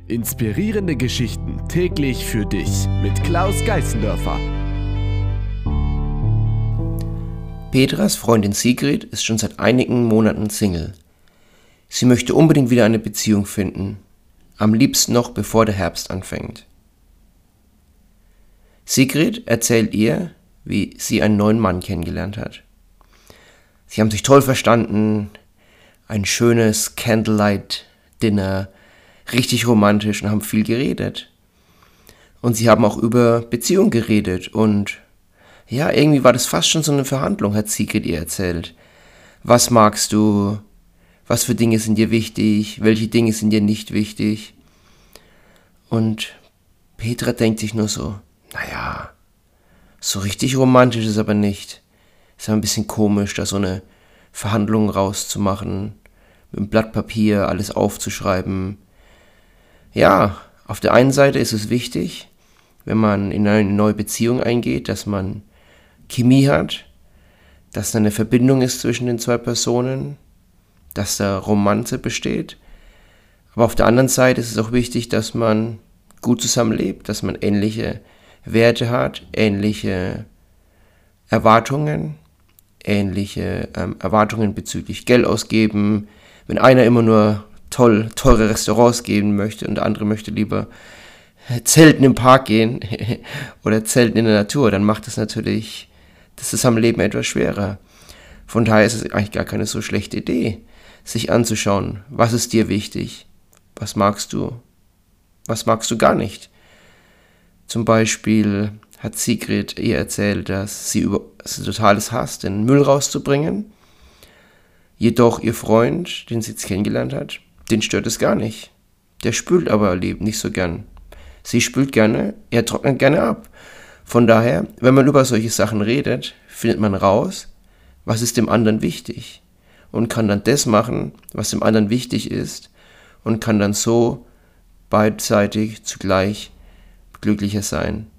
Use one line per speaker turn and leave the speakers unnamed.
Inspirierende Geschichten täglich für dich mit Klaus Geißendörfer.
Petras Freundin Sigrid ist schon seit einigen Monaten Single. Sie möchte unbedingt wieder eine Beziehung finden, am liebsten noch bevor der Herbst anfängt. Sigrid erzählt ihr, wie sie einen neuen Mann kennengelernt hat. Sie haben sich toll verstanden, ein schönes Candlelight-Dinner, richtig romantisch und haben viel geredet. Und sie haben auch über Beziehung geredet und ja, irgendwie war das fast schon so eine Verhandlung, hat Sigrid ihr erzählt. Was magst du? Was für Dinge sind dir wichtig? Welche Dinge sind dir nicht wichtig? Und Petra denkt sich nur so, naja, so richtig romantisch ist aber nicht. Ist aber ein bisschen komisch, da so eine Verhandlung rauszumachen, mit einem Blatt Papier alles aufzuschreiben. Ja, auf der einen Seite ist es wichtig, wenn man in eine neue Beziehung eingeht, dass man Chemie hat, dass da eine Verbindung ist zwischen den zwei Personen, dass da Romanze besteht. Aber auf der anderen Seite ist es auch wichtig, dass man gut zusammenlebt, dass man ähnliche Werte hat, ähnliche Erwartungen, Erwartungen bezüglich Geld ausgeben. Wenn einer immer nur teure Restaurants gehen möchte und der andere möchte lieber zelten im Park gehen oder zelten in der Natur, dann macht das natürlich das Zusammenleben etwas schwerer. Von daher ist es eigentlich gar keine so schlechte Idee, sich anzuschauen, was ist dir wichtig, was magst du gar nicht. Zum Beispiel hat Sigrid ihr erzählt, dass sie totales hasst, den Müll rauszubringen. Jedoch ihr Freund, den sie jetzt kennengelernt hat, den stört es gar nicht. Der spült aber nicht so gern. Sie spült gerne, er trocknet gerne ab. Von daher, wenn man über solche Sachen redet, findet man raus, was ist dem anderen wichtig. Und kann dann das machen, was dem anderen wichtig ist. Und kann dann so beidseitig zugleich glücklicher sein.